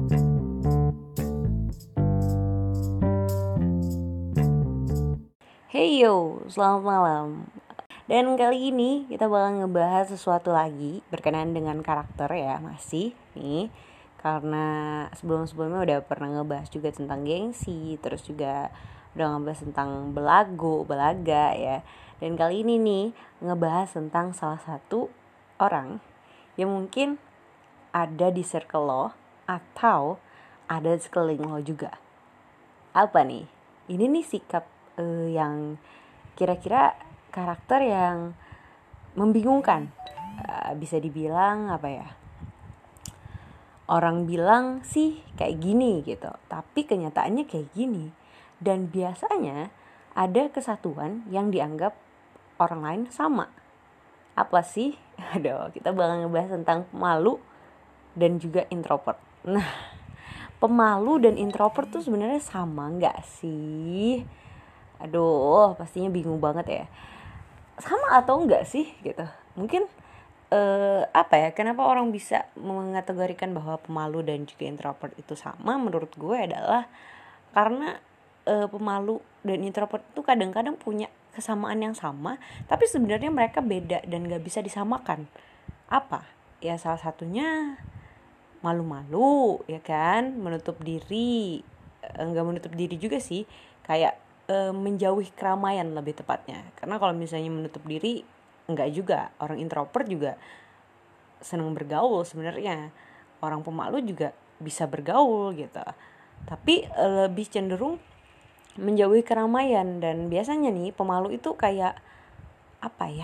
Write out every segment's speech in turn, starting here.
Hey yo, selamat malam. Dan kali ini kita bakal ngebahas sesuatu lagi berkenaan dengan karakter ya, masih nih. Karena sebelum-sebelumnya udah pernah ngebahas juga tentang gengsi, terus juga udah ngebahas tentang belaga ya. Dan kali ini nih ngebahas tentang salah satu orang yang mungkin ada di circle lo atau ada di sekeliling lo juga. Apa nih? Ini nih sikap yang kira-kira karakter yang membingungkan. Bisa dibilang apa ya? Orang bilang sih kayak gini gitu, tapi kenyataannya kayak gini. Dan biasanya ada kesatuan yang dianggap orang lain sama. Apa sih? Aduh, kita bakal ngebahas tentang pemalu dan juga introvert. Nah, pemalu dan introvert tuh sebenarnya sama nggak sih? Aduh, pastinya bingung banget ya. Sama atau enggak sih gitu? Mungkin apa ya? Kenapa orang bisa mengategorikan bahwa pemalu dan juga introvert itu sama? Menurut gue adalah karena pemalu dan introvert itu kadang-kadang punya kesamaan yang sama, tapi sebenarnya mereka beda dan nggak bisa disamakan. Apa? Ya salah satunya malu-malu ya kan, menutup diri, nggak menutup diri juga sih, kayak menjauhi keramaian lebih tepatnya. Karena kalau misalnya menutup diri, nggak juga. Orang introvert juga senang bergaul sebenarnya, orang pemalu juga bisa bergaul gitu, tapi lebih cenderung menjauhi keramaian. Dan biasanya nih pemalu itu kayak apa ya,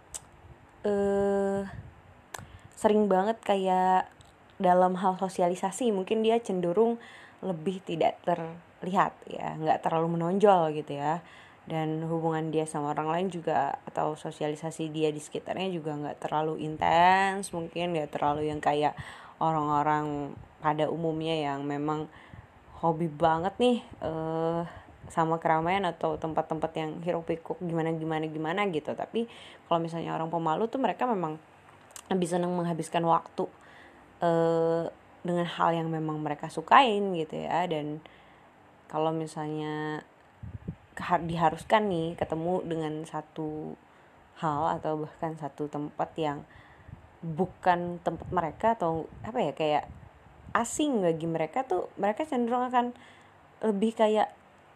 sering banget kayak dalam hal sosialisasi mungkin dia cenderung lebih tidak terlihat ya, nggak terlalu menonjol gitu ya. Dan hubungan dia sama orang lain juga atau sosialisasi dia di sekitarnya juga nggak terlalu intens, mungkin nggak terlalu yang kayak orang-orang pada umumnya yang memang hobi banget nih sama keramaian atau tempat-tempat yang hiruk pikuk gimana gitu. Tapi kalau misalnya orang pemalu tuh mereka memang lebih senang menghabiskan waktu dengan hal yang memang mereka sukain gitu ya. Dan kalau misalnya diharuskan nih ketemu dengan satu hal atau bahkan satu tempat yang bukan tempat mereka atau apa ya, kayak asing bagi mereka tuh, mereka cenderung akan lebih kayak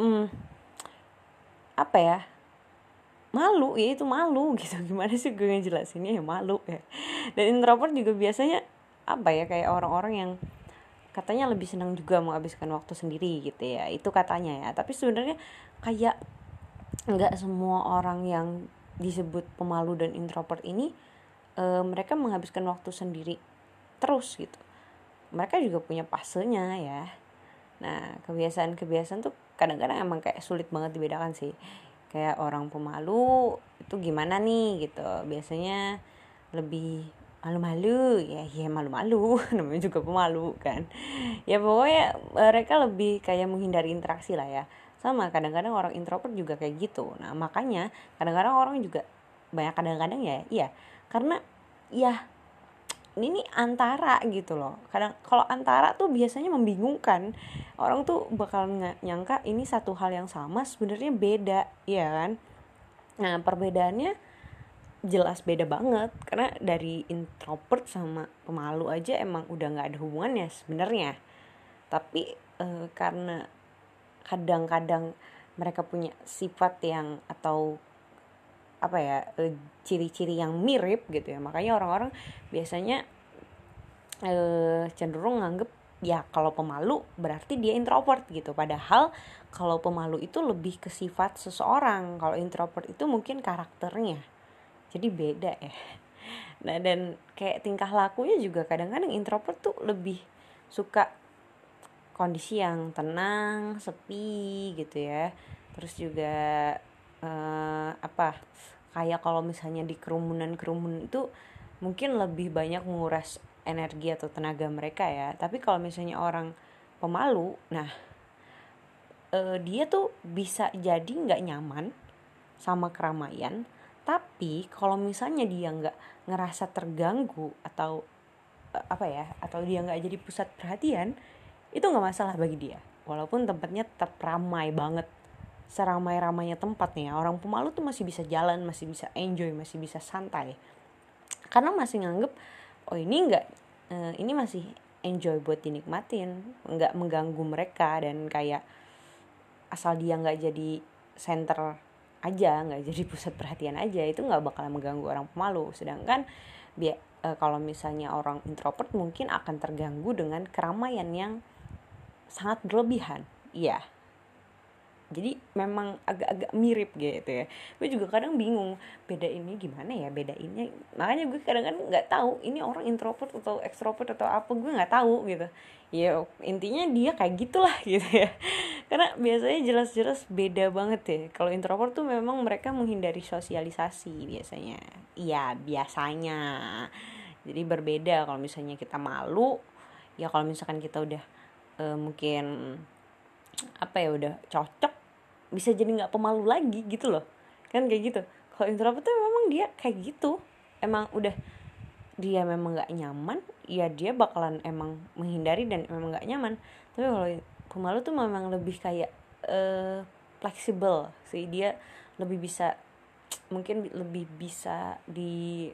apa ya, malu ya, itu malu gitu. Gimana sih gue ngejelasinnya, ya malu ya. Dan introvert juga biasanya apa ya, kayak orang-orang yang katanya lebih senang juga menghabiskan waktu sendiri gitu ya, itu katanya ya. Tapi sebenarnya kayak nggak semua orang yang disebut pemalu dan introvert ini mereka menghabiskan waktu sendiri terus gitu. Mereka juga punya fasenya ya. Nah, kebiasaan-kebiasaan tuh kadang-kadang emang kayak sulit banget dibedakan sih. Kayak orang pemalu itu gimana nih gitu. Biasanya lebih malu-malu ya, malu-malu namanya juga pemalu kan. Ya pokoknya mereka lebih kayak menghindari interaksi lah ya. Sama kadang-kadang orang introvert juga kayak gitu. Nah, makanya kadang-kadang orang juga, banyak kadang-kadang ya, iya. Karena ya ini antara gitu loh. Kadang kalau antara tuh biasanya membingungkan. Orang tuh bakal nyangka ini satu hal yang sama, sebenarnya beda, ya kan? Nah, perbedaannya jelas beda banget, karena dari introvert sama pemalu aja emang udah nggak ada hubungannya sebenarnya. Tapi karena kadang-kadang mereka punya sifat yang atau apa ya, ciri-ciri yang mirip gitu ya, makanya orang-orang biasanya cenderung nganggep ya kalau pemalu berarti dia introvert gitu. Padahal kalau pemalu itu lebih ke sifat seseorang, kalau introvert itu mungkin karakternya. Jadi beda ya. Nah, dan kayak tingkah lakunya juga kadang-kadang introvert tuh lebih suka kondisi yang tenang, sepi gitu ya. Terus juga kayak kalau misalnya di kerumunan itu mungkin lebih banyak menguras energi atau tenaga mereka ya. Tapi kalau misalnya orang pemalu, nah dia tuh bisa jadi nggak nyaman sama keramaian. Tapi kalau misalnya dia nggak ngerasa terganggu atau atau dia nggak jadi pusat perhatian, itu nggak masalah bagi dia, walaupun tempatnya tetap ramai banget, seramai-ramainya tempat nih ya, orang pemalu tuh masih bisa jalan, masih bisa enjoy, masih bisa santai, karena masih nganggep oh ini masih enjoy buat dinikmatin, nggak mengganggu mereka, dan kayak asal dia nggak jadi center aja, nggak jadi pusat perhatian aja, itu nggak bakal mengganggu orang pemalu. Sedangkan kalau misalnya orang introvert mungkin akan terganggu dengan keramaian yang sangat berlebihan. Iya, jadi memang agak-agak mirip gitu ya. Gue juga kadang bingung beda ini gimana ya, beda ini, makanya gue kadang-kadang nggak tahu ini orang introvert atau extrovert atau apa, gue nggak tahu gitu ya. Intinya dia kayak gitulah gitu ya, karena biasanya jelas-jelas beda banget ya. Kalau introvert tuh memang mereka menghindari sosialisasi biasanya, iya biasanya. Jadi berbeda kalau misalnya kita malu ya, kalau misalkan kita udah mungkin udah cocok, bisa jadi nggak pemalu lagi gitu loh, kan kayak gitu. Kalau introvert tuh memang dia kayak gitu, emang udah dia memang nggak nyaman ya, dia bakalan emang menghindari dan memang nggak nyaman. Tapi kalau pemalu tuh memang lebih kayak fleksibel sih, dia lebih bisa, mungkin lebih bisa di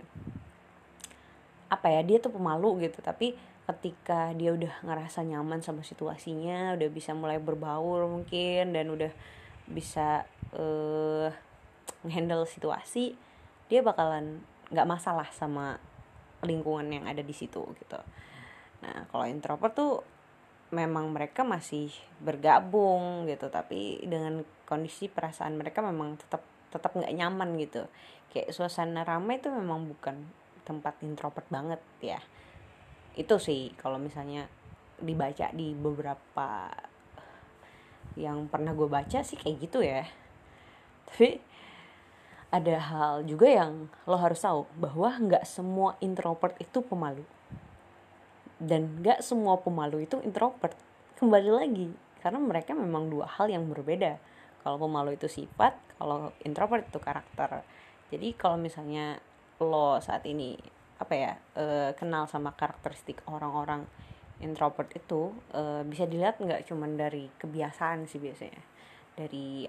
dia tuh pemalu gitu, tapi ketika dia udah ngerasa nyaman sama situasinya, udah bisa mulai berbaur mungkin, dan udah bisa handle situasi, dia bakalan nggak masalah sama lingkungan yang ada di situ gitu. Nah kalau introvert tuh memang mereka masih bergabung gitu, tapi dengan kondisi perasaan mereka memang tetap nggak nyaman gitu. Kayak suasana ramai tuh memang bukan tempat introvert banget ya. Itu sih kalau misalnya dibaca di beberapa yang pernah gue baca sih kayak gitu ya. Tapi ada hal juga yang lo harus tahu, bahwa nggak semua introvert itu pemalu, dan nggak semua pemalu itu introvert. Kembali lagi, karena mereka memang dua hal yang berbeda. Kalau pemalu itu sifat, kalau introvert itu karakter. Jadi kalau misalnya lo saat ini kenal sama karakteristik orang-orang introvert itu, bisa dilihat nggak cuman dari kebiasaan sih biasanya, dari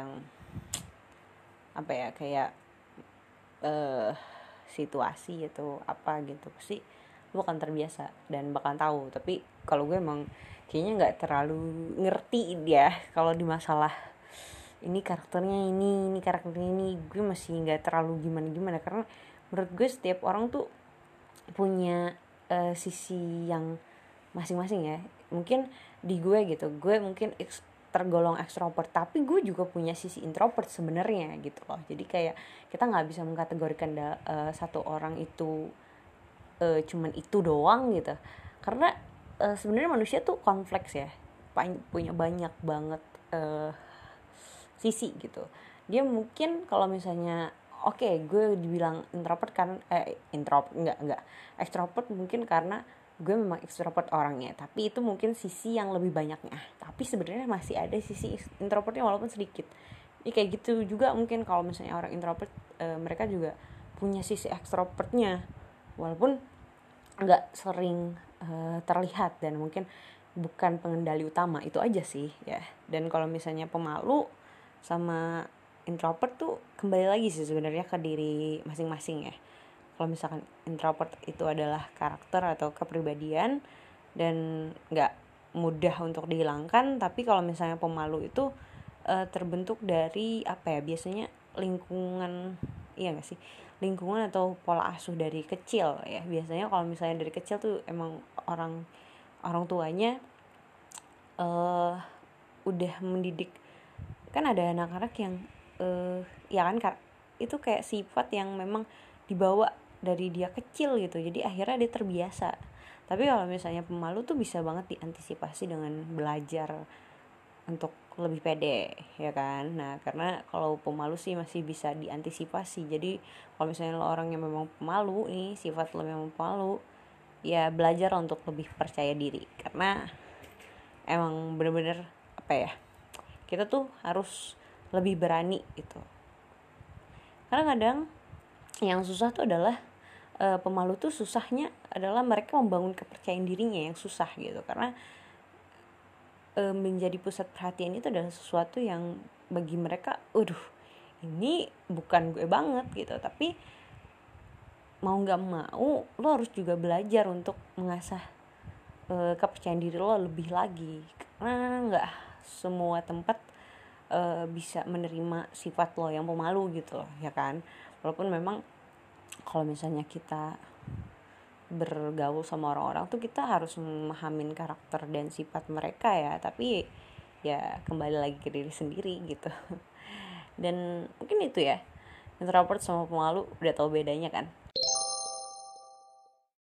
kayak situasi atau apa gitu, pasti lu akan terbiasa dan bakal tahu. Tapi kalau gue emang kayaknya nggak terlalu ngerti dia kalau di masalah ini karakternya ini karakternya ini, gue masih nggak terlalu gimana, karena menurut gue setiap orang tuh punya sisi yang masing-masing ya. Mungkin di gue gitu, gue mungkin tergolong ekstrovert, tapi gue juga punya sisi introvert sebenarnya gitu loh. Jadi kayak kita nggak bisa mengkategorikan satu orang itu cuman itu doang gitu, karena sebenarnya manusia tuh kompleks ya, punya banyak banget sisi gitu. Dia mungkin kalau misalnya gue dibilang introvert kan enggak extrovert mungkin karena gue memang extrovert orangnya, tapi itu mungkin sisi yang lebih banyaknya. Tapi sebenarnya masih ada sisi introvertnya walaupun sedikit. Ini kayak gitu juga mungkin kalau misalnya orang introvert, mereka juga punya sisi extrovertnya walaupun nggak sering terlihat dan mungkin bukan pengendali utama, itu aja sih ya. Dan kalau misalnya pemalu sama introvert tuh kembali lagi sih sebenarnya ke diri masing-masing ya. Kalau misalkan introvert itu adalah karakter atau kepribadian dan nggak mudah untuk dihilangkan, tapi kalau misalnya pemalu itu terbentuk dari biasanya lingkungan, iya nggak sih, lingkungan atau pola asuh dari kecil ya. Biasanya kalau misalnya dari kecil tuh emang orang tuanya udah mendidik, kan ada anak-anak yang ya kan itu kayak sifat yang memang dibawa dari dia kecil gitu, jadi akhirnya dia terbiasa. Tapi kalau misalnya pemalu tuh bisa banget diantisipasi dengan belajar untuk lebih pede ya kan. Nah karena kalau pemalu sih masih bisa diantisipasi, jadi kalau misalnya lo orang yang memang pemalu nih, sifat lo memang pemalu, ya belajar untuk lebih percaya diri, karena emang bener-bener kita tuh harus lebih berani gitu. Karena kadang yang susah tuh adalah pemalu tuh susahnya adalah mereka membangun kepercayaan dirinya yang susah gitu, karena menjadi pusat perhatian itu adalah sesuatu yang bagi mereka, waduh, ini bukan gue banget gitu. Tapi mau nggak mau lo harus juga belajar untuk mengasah kepercayaan diri lo lebih lagi, karena nggak semua tempat bisa menerima sifat lo yang pemalu gitu loh, ya kan. Walaupun memang kalau misalnya kita bergaul sama orang-orang tuh kita harus memahamin karakter dan sifat mereka ya, tapi ya kembali lagi ke diri sendiri gitu. Dan mungkin itu ya, introvert sama pemalu udah tahu bedanya kan.